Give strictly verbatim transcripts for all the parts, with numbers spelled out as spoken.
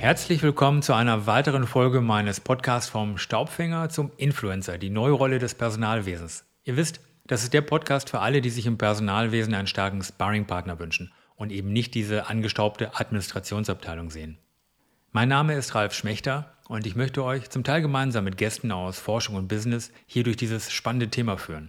Herzlich willkommen zu einer weiteren Folge meines Podcasts vom Staubfänger zum Influencer, die neue Rolle des Personalwesens. Ihr wisst, das ist der Podcast für alle, die sich im Personalwesen einen starken Sparringpartner wünschen und eben nicht diese angestaubte Administrationsabteilung sehen. Mein Name ist Ralf Schmechter und ich möchte euch zum Teil gemeinsam mit Gästen aus Forschung und Business hier durch dieses spannende Thema führen.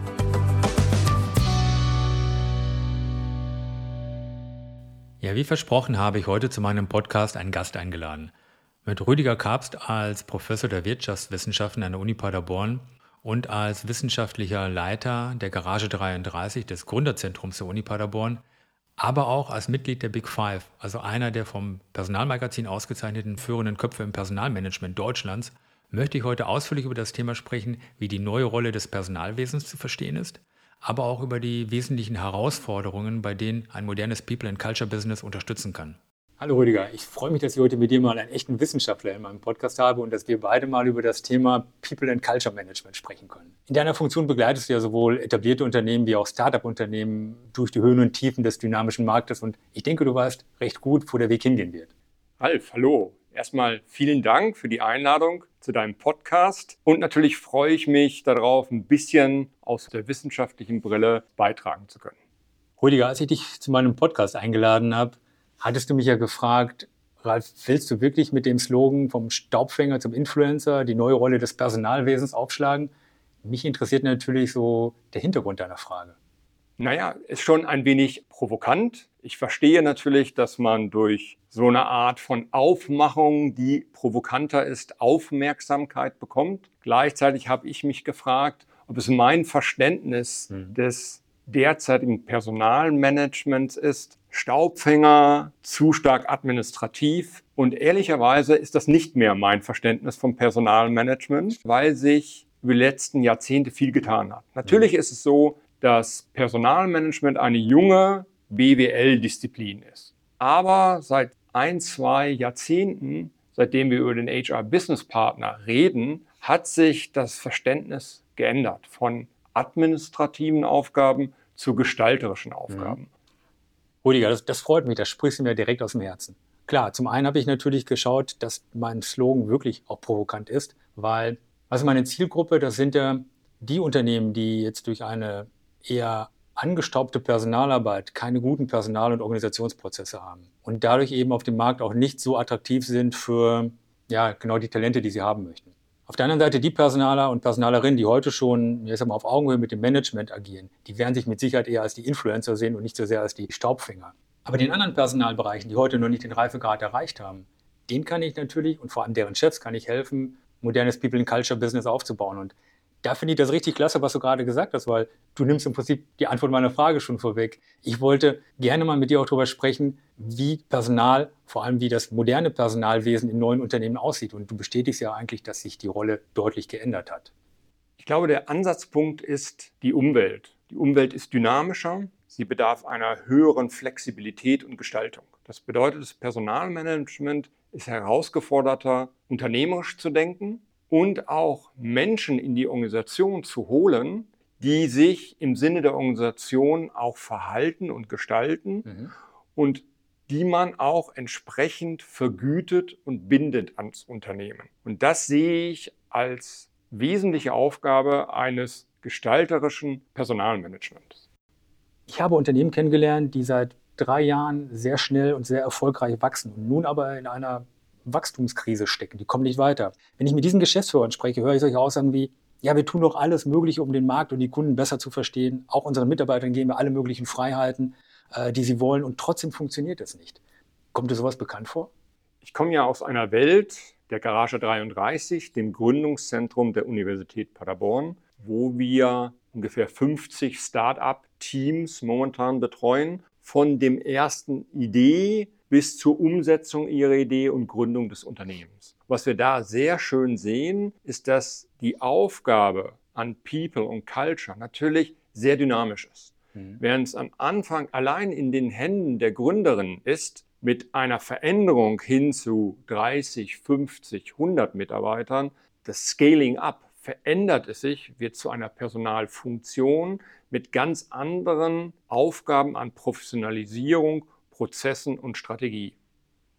Ja, wie versprochen habe ich heute zu meinem Podcast einen Gast eingeladen. Mit Rüdiger Kabst als Professor der Wirtschaftswissenschaften an der Uni Paderborn und als wissenschaftlicher Leiter der Garage dreiunddreißig des Gründerzentrums der Uni Paderborn, aber auch als Mitglied der Big Five, also einer der vom Personalmagazin ausgezeichneten führenden Köpfe im Personalmanagement Deutschlands, möchte ich heute ausführlich über das Thema sprechen, wie die neue Rolle des Personalwesens zu verstehen ist, aber auch über die wesentlichen Herausforderungen, bei denen ein modernes People and Culture Business unterstützen kann. Hallo Rüdiger, ich freue mich, dass ich heute mit dir mal einen echten Wissenschaftler in meinem Podcast habe und dass wir beide mal über das Thema People and Culture Management sprechen können. In deiner Funktion begleitest du ja sowohl etablierte Unternehmen wie auch Start-up-Unternehmen durch die Höhen und Tiefen des dynamischen Marktes und ich denke, du weißt recht gut, wo der Weg hingehen wird. Ralf, hallo. Erstmal vielen Dank für die Einladung zu deinem Podcast und natürlich freue ich mich darauf, ein bisschen aus der wissenschaftlichen Brille beitragen zu können. Rüdiger, als ich dich zu meinem Podcast eingeladen habe, hattest du mich ja gefragt, Ralf, willst du wirklich mit dem Slogan vom Staubfänger zum Influencer die neue Rolle des Personalwesens aufschlagen? Mich interessiert natürlich so der Hintergrund deiner Frage. Naja, ist schon ein wenig provokant. Ich verstehe natürlich, dass man durch so eine Art von Aufmachung, die provokanter ist, Aufmerksamkeit bekommt. Gleichzeitig habe ich mich gefragt, ob es mein Verständnis mhm. des derzeitigen Personalmanagements ist. Staubfänger, zu stark administrativ. Und ehrlicherweise ist das nicht mehr mein Verständnis vom Personalmanagement, weil sich über die letzten Jahrzehnte viel getan hat. Natürlich mhm. ist es so, dass Personalmanagement eine junge B W L-Disziplin ist. Aber seit ein, zwei Jahrzehnten, seitdem wir über den H R-Business-Partner reden, hat sich das Verständnis geändert von administrativen Aufgaben zu gestalterischen Aufgaben. Mhm. Rüdiger, das, das freut mich, das sprichst du mir direkt aus dem Herzen. Klar, zum einen habe ich natürlich geschaut, dass mein Slogan wirklich auch provokant ist, weil also meine Zielgruppe, das sind ja die Unternehmen, die jetzt durch eine eher angestaubte Personalarbeit keine guten Personal- und Organisationsprozesse haben und dadurch eben auf dem Markt auch nicht so attraktiv sind für ja, genau die Talente, die sie haben möchten. Auf der anderen Seite die Personaler und Personalerinnen, die heute schon jetzt mal auf Augenhöhe mit dem Management agieren, die werden sich mit Sicherheit eher als die Influencer sehen und nicht so sehr als die Staubfänger. Aber den anderen Personalbereichen, die heute noch nicht den Reifegrad erreicht haben, denen kann ich natürlich und vor allem deren Chefs kann ich helfen, modernes People and Culture Business aufzubauen. Und da finde ich das richtig klasse, was du gerade gesagt hast, weil du nimmst im Prinzip die Antwort meiner Frage schon vorweg. Ich wollte gerne mal mit dir auch darüber sprechen, wie Personal, vor allem wie das moderne Personalwesen in neuen Unternehmen aussieht. Und du bestätigst ja eigentlich, dass sich die Rolle deutlich geändert hat. Ich glaube, der Ansatzpunkt ist die Umwelt. Die Umwelt ist dynamischer. Sie bedarf einer höheren Flexibilität und Gestaltung. Das bedeutet, das Personalmanagement ist herausgeforderter, unternehmerisch zu denken und auch Menschen in die Organisation zu holen, die sich im Sinne der Organisation auch verhalten und gestalten mhm. und die man auch entsprechend vergütet und bindet ans Unternehmen. Und das sehe ich als wesentliche Aufgabe eines gestalterischen Personalmanagements. Ich habe Unternehmen kennengelernt, die seit drei Jahren sehr schnell und sehr erfolgreich wachsen und nun aber in einer Wachstumskrise stecken, die kommen nicht weiter. Wenn ich mit diesen Geschäftsführern spreche, höre ich solche Aussagen wie, ja, wir tun doch alles Mögliche, um den Markt und die Kunden besser zu verstehen. Auch unseren Mitarbeitern geben wir alle möglichen Freiheiten, äh, die sie wollen und trotzdem funktioniert es nicht. Kommt dir sowas bekannt vor? Ich komme ja aus einer Welt der Garage dreiunddreißig, dem Gründungszentrum der Universität Paderborn, wo wir ungefähr fünfzig Start-up-Teams momentan betreuen, von dem ersten Idee bis zur Umsetzung ihrer Idee und Gründung des Unternehmens. Was wir da sehr schön sehen, ist, dass die Aufgabe an People und Culture natürlich sehr dynamisch ist. Mhm. Während es am Anfang allein in den Händen der Gründerin ist, mit einer Veränderung hin zu dreißig, fünfzig, hundert Mitarbeitern, das Scaling up, verändert es sich, wird zu einer Personalfunktion mit ganz anderen Aufgaben an Professionalisierung, Prozessen und Strategie.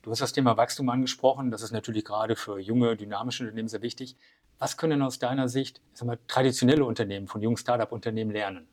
Du hast das Thema Wachstum angesprochen. Das ist natürlich gerade für junge, dynamische Unternehmen sehr wichtig. Was können denn aus deiner Sicht, ich sag mal, traditionelle Unternehmen von jungen Start-up-Unternehmen lernen?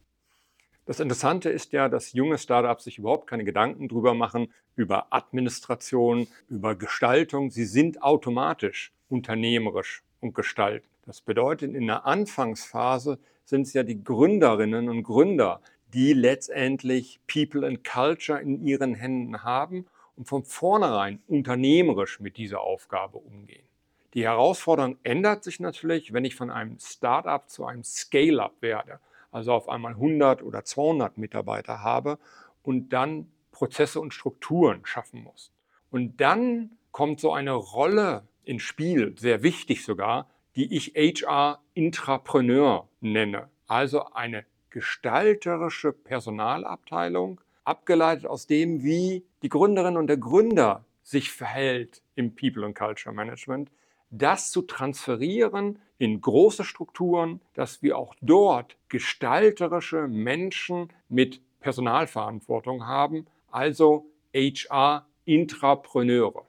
Das Interessante ist ja, dass junge Startups sich überhaupt keine Gedanken drüber machen, über Administration, über Gestaltung. Sie sind automatisch unternehmerisch und gestalten. Das bedeutet, in der Anfangsphase sind es ja die Gründerinnen und Gründer, die letztendlich People and Culture in ihren Händen haben und von vornherein unternehmerisch mit dieser Aufgabe umgehen. Die Herausforderung ändert sich natürlich, wenn ich von einem Startup zu einem Scale-up werde, also auf einmal hundert oder zweihundert Mitarbeiter habe und dann Prozesse und Strukturen schaffen muss. Und dann kommt so eine Rolle ins Spiel, sehr wichtig sogar, die ich H R-Intrapreneur nenne, also eine gestalterische Personalabteilung, abgeleitet aus dem, wie die Gründerin und der Gründer sich verhält im People and Culture Management, das zu transferieren in große Strukturen, dass wir auch dort gestalterische Menschen mit Personalverantwortung haben, also H R-Intrapreneure.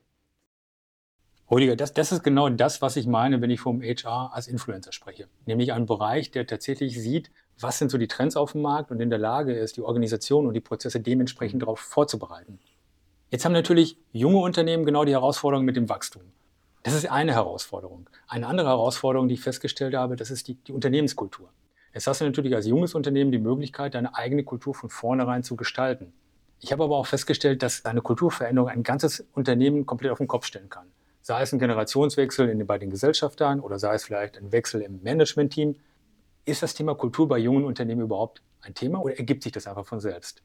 Rüdiger, das, das ist genau das, was ich meine, wenn ich vom H R als Influencer spreche. Nämlich einen Bereich, der tatsächlich sieht, was sind so die Trends auf dem Markt und in der Lage ist, die Organisation und die Prozesse dementsprechend darauf vorzubereiten. Jetzt haben natürlich junge Unternehmen genau die Herausforderung mit dem Wachstum. Das ist eine Herausforderung. Eine andere Herausforderung, die ich festgestellt habe, das ist die, die Unternehmenskultur. Jetzt hast du natürlich als junges Unternehmen die Möglichkeit, deine eigene Kultur von vornherein zu gestalten. Ich habe aber auch festgestellt, dass eine Kulturveränderung ein ganzes Unternehmen komplett auf den Kopf stellen kann. Sei es ein Generationswechsel in, bei den Gesellschaftern oder sei es vielleicht ein Wechsel im Managementteam. Ist das Thema Kultur bei jungen Unternehmen überhaupt ein Thema oder ergibt sich das einfach von selbst?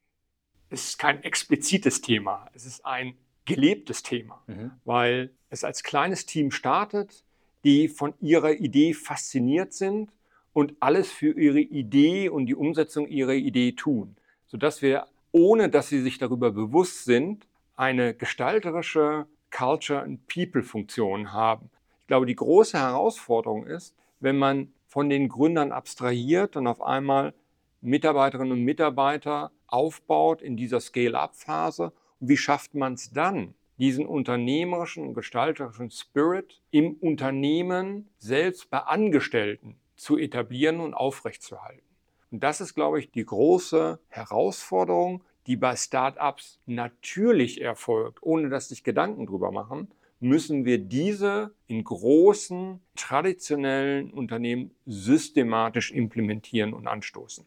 Es ist kein explizites Thema, es ist ein gelebtes Thema, mhm. weil es als kleines Team startet, die von ihrer Idee fasziniert sind und alles für ihre Idee und die Umsetzung ihrer Idee tun, sodass wir, ohne dass sie sich darüber bewusst sind, eine gestalterische Culture- and People-Funktion haben. Ich glaube, die große Herausforderung ist, wenn man von den Gründern abstrahiert und auf einmal Mitarbeiterinnen und Mitarbeiter aufbaut in dieser Scale-up-Phase. Und wie schafft man es dann, diesen unternehmerischen und gestalterischen Spirit im Unternehmen selbst bei Angestellten zu etablieren und aufrechtzuerhalten? Und das ist, glaube ich, die große Herausforderung, die bei Startups natürlich erfolgt, ohne dass sich Gedanken drüber machen, müssen wir diese in großen, traditionellen Unternehmen systematisch implementieren und anstoßen.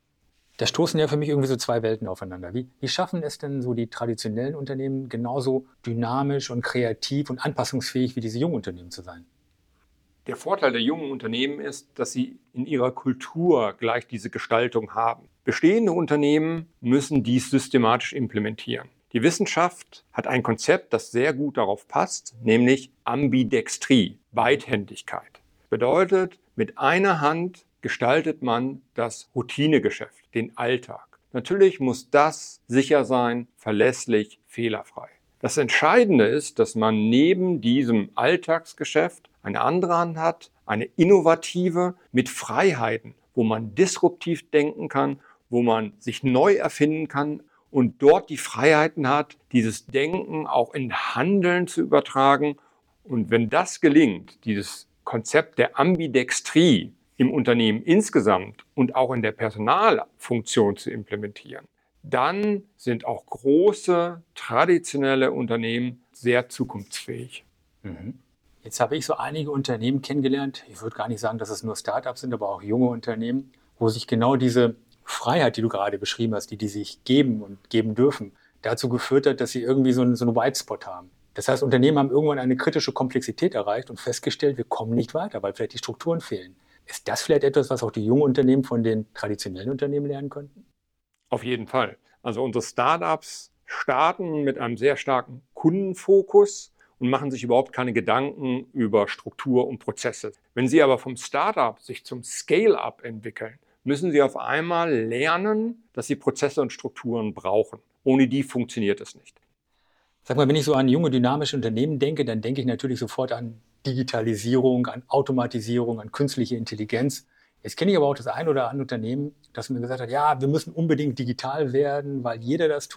Da stoßen ja für mich irgendwie so zwei Welten aufeinander. Wie, wie schaffen es denn so die traditionellen Unternehmen genauso dynamisch und kreativ und anpassungsfähig wie diese jungen Unternehmen zu sein? Der Vorteil der jungen Unternehmen ist, dass sie in ihrer Kultur gleich diese Gestaltung haben. Bestehende Unternehmen müssen dies systematisch implementieren. Die Wissenschaft hat ein Konzept, das sehr gut darauf passt, nämlich Ambidextrie, Beidhändigkeit. Bedeutet, mit einer Hand gestaltet man das Routinegeschäft, den Alltag. Natürlich muss das sicher sein, verlässlich, fehlerfrei. Das Entscheidende ist, dass man neben diesem Alltagsgeschäft eine andere Hand hat, eine innovative mit Freiheiten, wo man disruptiv denken kann, wo man sich neu erfinden kann und dort die Freiheiten hat, dieses Denken auch in Handeln zu übertragen. Und wenn das gelingt, dieses Konzept der Ambidextrie im Unternehmen insgesamt und auch in der Personalfunktion zu implementieren, dann sind auch große, traditionelle Unternehmen sehr zukunftsfähig. Mhm. Jetzt habe ich so einige Unternehmen kennengelernt, ich würde gar nicht sagen, dass es nur Startups sind, aber auch junge Unternehmen, wo sich genau diese Freiheit, die du gerade beschrieben hast, die die sich geben und geben dürfen, dazu geführt hat, dass sie irgendwie so einen, so einen White Spot haben. Das heißt, Unternehmen haben irgendwann eine kritische Komplexität erreicht und festgestellt, wir kommen nicht weiter, weil vielleicht die Strukturen fehlen. Ist das vielleicht etwas, was auch die jungen Unternehmen von den traditionellen Unternehmen lernen könnten? Auf jeden Fall. Also unsere Startups starten mit einem sehr starken Kundenfokus und machen sich überhaupt keine Gedanken über Struktur und Prozesse. Wenn sie aber vom Startup sich zum Scale-up entwickeln, müssen sie auf einmal lernen, dass sie Prozesse und Strukturen brauchen. Ohne die funktioniert es nicht. Sag mal, wenn ich so an junge, dynamische Unternehmen denke, dann denke ich natürlich sofort an Digitalisierung, an Automatisierung, an künstliche Intelligenz. Jetzt kenne ich aber auch das ein oder andere Unternehmen, das mir gesagt hat, ja, wir müssen unbedingt digital werden, weil jeder das tut.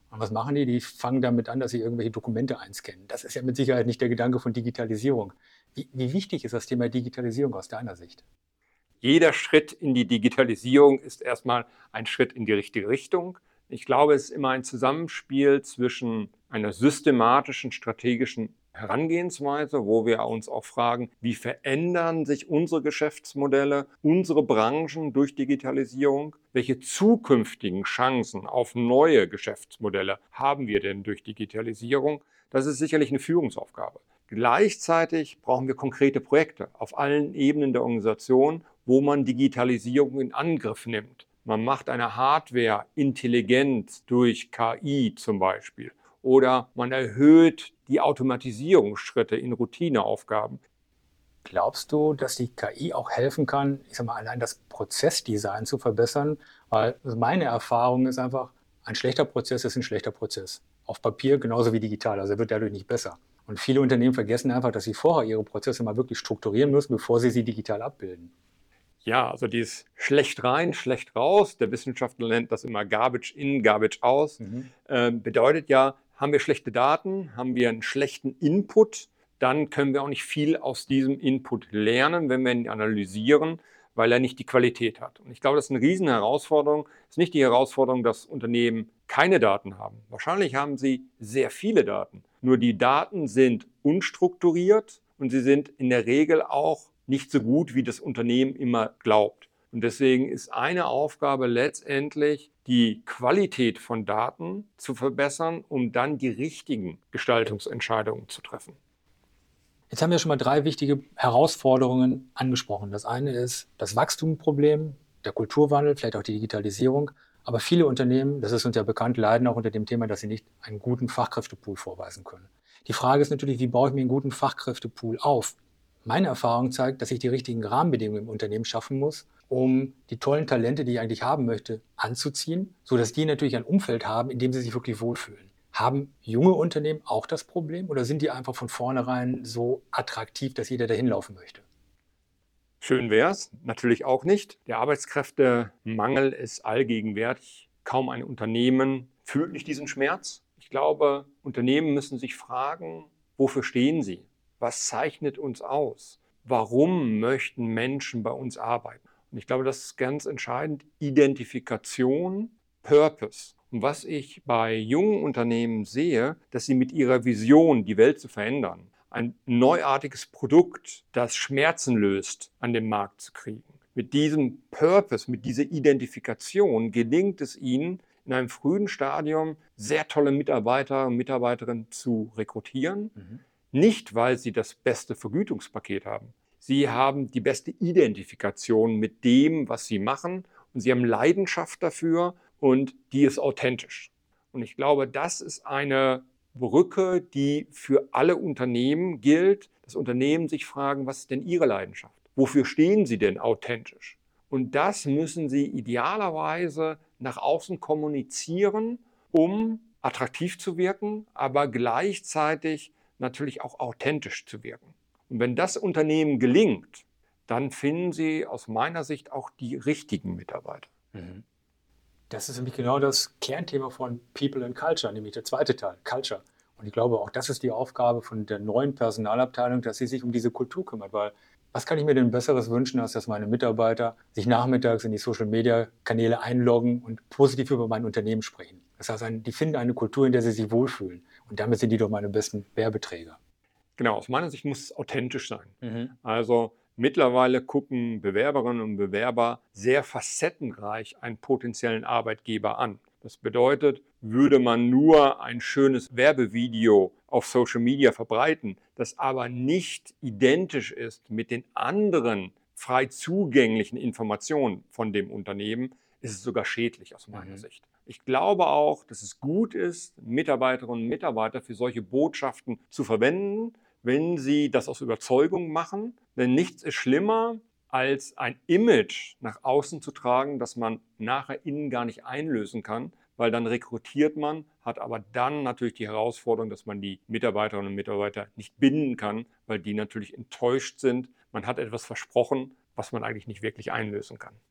Und was machen die? Die fangen damit an, dass sie irgendwelche Dokumente einscannen. Das ist ja mit Sicherheit nicht der Gedanke von Digitalisierung. Wie, wie wichtig ist das Thema Digitalisierung aus deiner Sicht? Jeder Schritt in die Digitalisierung ist erstmal ein Schritt in die richtige Richtung. Ich glaube, es ist immer ein Zusammenspiel zwischen einer systematischen, strategischen Herangehensweise, wo wir uns auch fragen, wie verändern sich unsere Geschäftsmodelle, unsere Branchen durch Digitalisierung? Welche zukünftigen Chancen auf neue Geschäftsmodelle haben wir denn durch Digitalisierung? Das ist sicherlich eine Führungsaufgabe. Gleichzeitig brauchen wir konkrete Projekte auf allen Ebenen der Organisation, wo man Digitalisierung in Angriff nimmt. Man macht eine Hardware intelligent durch K I zum Beispiel. Oder man erhöht die Automatisierungsschritte in Routineaufgaben. Glaubst du, dass die K I auch helfen kann, ich sag mal, allein das Prozessdesign zu verbessern? Weil meine Erfahrung ist einfach, ein schlechter Prozess ist ein schlechter Prozess. Auf Papier genauso wie digital, also er wird dadurch nicht besser. Und viele Unternehmen vergessen einfach, dass sie vorher ihre Prozesse mal wirklich strukturieren müssen, bevor sie sie digital abbilden. Ja, also dieses schlecht rein, schlecht raus, der Wissenschaftler nennt das immer Garbage in, Garbage aus, Mhm. äh, bedeutet ja, haben wir schlechte Daten, haben wir einen schlechten Input, dann können wir auch nicht viel aus diesem Input lernen, wenn wir ihn analysieren, weil er nicht die Qualität hat. Und ich glaube, das ist eine riesen Herausforderung. Es ist nicht die Herausforderung, dass Unternehmen keine Daten haben. Wahrscheinlich haben sie sehr viele Daten. Nur die Daten sind unstrukturiert und sie sind in der Regel auch nicht so gut, wie das Unternehmen immer glaubt. Und deswegen ist eine Aufgabe letztendlich, die Qualität von Daten zu verbessern, um dann die richtigen Gestaltungsentscheidungen zu treffen. Jetzt haben wir schon mal drei wichtige Herausforderungen angesprochen. Das eine ist das Wachstumsproblem, der Kulturwandel, vielleicht auch die Digitalisierung. Aber viele Unternehmen, das ist uns ja bekannt, leiden auch unter dem Thema, dass sie nicht einen guten Fachkräftepool vorweisen können. Die Frage ist natürlich, wie baue ich mir einen guten Fachkräftepool auf? Meine Erfahrung zeigt, dass ich die richtigen Rahmenbedingungen im Unternehmen schaffen muss, um die tollen Talente, die ich eigentlich haben möchte, anzuziehen, sodass die natürlich ein Umfeld haben, in dem sie sich wirklich wohlfühlen. Haben junge Unternehmen auch das Problem oder sind die einfach von vornherein so attraktiv, dass jeder dahin laufen möchte? Schön wäre es, natürlich auch nicht. Der Arbeitskräftemangel ist allgegenwärtig. Kaum ein Unternehmen fühlt nicht diesen Schmerz. Ich glaube, Unternehmen müssen sich fragen, wofür stehen sie? Was zeichnet uns aus? Warum möchten Menschen bei uns arbeiten? Und ich glaube, das ist ganz entscheidend. Identifikation, Purpose. Und was ich bei jungen Unternehmen sehe, dass sie mit ihrer Vision, die Welt zu verändern, ein neuartiges Produkt, das Schmerzen löst, an den Markt zu kriegen. Mit diesem Purpose, mit dieser Identifikation gelingt es ihnen, in einem frühen Stadium sehr tolle Mitarbeiter und Mitarbeiterinnen zu rekrutieren. Mhm. Nicht, weil sie das beste Vergütungspaket haben. Sie haben die beste Identifikation mit dem, was sie machen, und sie haben Leidenschaft dafür und die ist authentisch. Und ich glaube, das ist eine Brücke, die für alle Unternehmen gilt, dass Unternehmen sich fragen, was ist denn ihre Leidenschaft? Wofür stehen sie denn authentisch? Und das müssen sie idealerweise nach außen kommunizieren, um attraktiv zu wirken, aber gleichzeitig natürlich auch authentisch zu wirken. Und wenn das Unternehmen gelingt, dann finden sie aus meiner Sicht auch die richtigen Mitarbeiter. Mhm. Das ist nämlich genau das Kernthema von People and Culture, nämlich der zweite Teil, Culture. Und ich glaube, auch das ist die Aufgabe von der neuen Personalabteilung, dass sie sich um diese Kultur kümmert. Weil was kann ich mir denn Besseres wünschen, als dass meine Mitarbeiter sich nachmittags in die Social-Media-Kanäle einloggen und positiv über mein Unternehmen sprechen. Das heißt, die finden eine Kultur, in der sie sich wohlfühlen. Und damit sind die doch meine besten Werbeträger. Genau, aus meiner Sicht muss es authentisch sein. Mhm. Also mittlerweile gucken Bewerberinnen und Bewerber sehr facettenreich einen potenziellen Arbeitgeber an. Das bedeutet, würde man nur ein schönes Werbevideo auf Social Media verbreiten, das aber nicht identisch ist mit den anderen frei zugänglichen Informationen von dem Unternehmen, ist es sogar schädlich aus meiner Mhm. Sicht. Ich glaube auch, dass es gut ist, Mitarbeiterinnen und Mitarbeiter für solche Botschaften zu verwenden, wenn sie das aus Überzeugung machen. Denn nichts ist schlimmer, als ein Image nach außen zu tragen, das man nachher innen gar nicht einlösen kann, weil dann rekrutiert man, hat aber dann natürlich die Herausforderung, dass man die Mitarbeiterinnen und Mitarbeiter nicht binden kann, weil die natürlich enttäuscht sind. Man hat etwas versprochen, was man eigentlich nicht wirklich einlösen kann.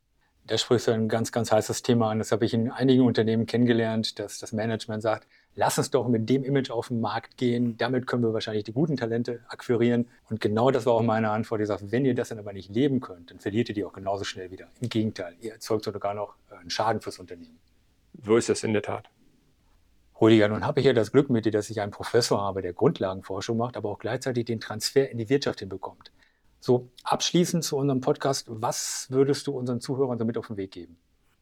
Da sprichst du ein ganz, ganz heißes Thema an. Das habe ich in einigen Unternehmen kennengelernt, dass das Management sagt, lass uns doch mit dem Image auf den Markt gehen. Damit können wir wahrscheinlich die guten Talente akquirieren. Und genau das war auch meine Antwort. Ich sage, wenn ihr das dann aber nicht leben könnt, dann verliert ihr die auch genauso schnell wieder. Im Gegenteil, ihr erzeugt sogar noch einen Schaden fürs Unternehmen. So ist es in der Tat. Rüdiger, nun habe ich ja das Glück mit dir, dass ich einen Professor habe, der Grundlagenforschung macht, aber auch gleichzeitig den Transfer in die Wirtschaft hinbekommt. So, abschließend zu unserem Podcast, was würdest du unseren Zuhörern damit auf den Weg geben?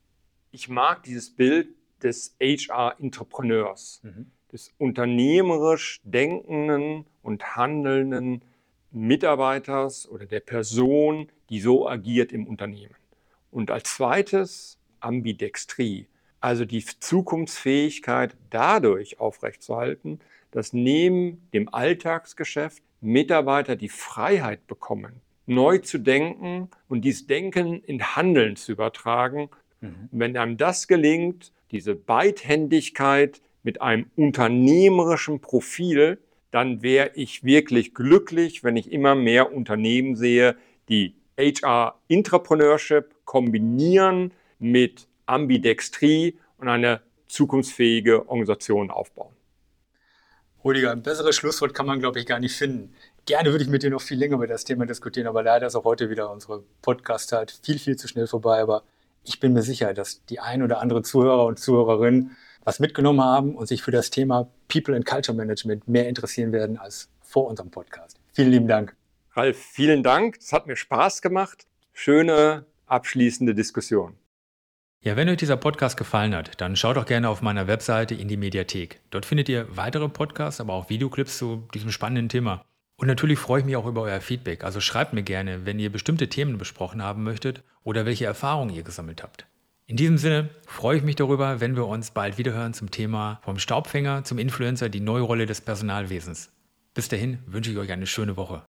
Ich mag dieses Bild des H R-Entrepreneurs, Mhm. des unternehmerisch denkenden und handelnden Mitarbeiters oder der Person, die so agiert im Unternehmen. Und als zweites Ambidextrie, also die Zukunftsfähigkeit dadurch aufrechtzuerhalten, dass neben dem Alltagsgeschäft Mitarbeiter die Freiheit bekommen, neu zu denken und dieses Denken in Handeln zu übertragen. Mhm. Und wenn einem das gelingt, diese Beidhändigkeit mit einem unternehmerischen Profil, dann wäre ich wirklich glücklich, wenn ich immer mehr Unternehmen sehe, die H R-Entrepreneurship kombinieren mit Ambidextrie und eine zukunftsfähige Organisation aufbauen. Rüdiger, ein besseres Schlusswort kann man, glaube ich, gar nicht finden. Gerne würde ich mit dir noch viel länger über das Thema diskutieren, aber leider ist auch heute wieder unsere Podcast-Zeit viel, viel zu schnell vorbei. Aber ich bin mir sicher, dass die ein oder andere Zuhörer und Zuhörerin was mitgenommen haben und sich für das Thema People and Culture Management mehr interessieren werden als vor unserem Podcast. Vielen lieben Dank. Ralf, vielen Dank. Es hat mir Spaß gemacht. Schöne abschließende Diskussion. Ja, wenn euch dieser Podcast gefallen hat, dann schaut doch gerne auf meiner Webseite in die Mediathek. Dort findet ihr weitere Podcasts, aber auch Videoclips zu diesem spannenden Thema. Und natürlich freue ich mich auch über euer Feedback. Also schreibt mir gerne, wenn ihr bestimmte Themen besprochen haben möchtet oder welche Erfahrungen ihr gesammelt habt. In diesem Sinne freue ich mich darüber, wenn wir uns bald wiederhören zum Thema vom Staubfänger zum Influencer, die neue Rolle des Personalwesens. Bis dahin wünsche ich euch eine schöne Woche.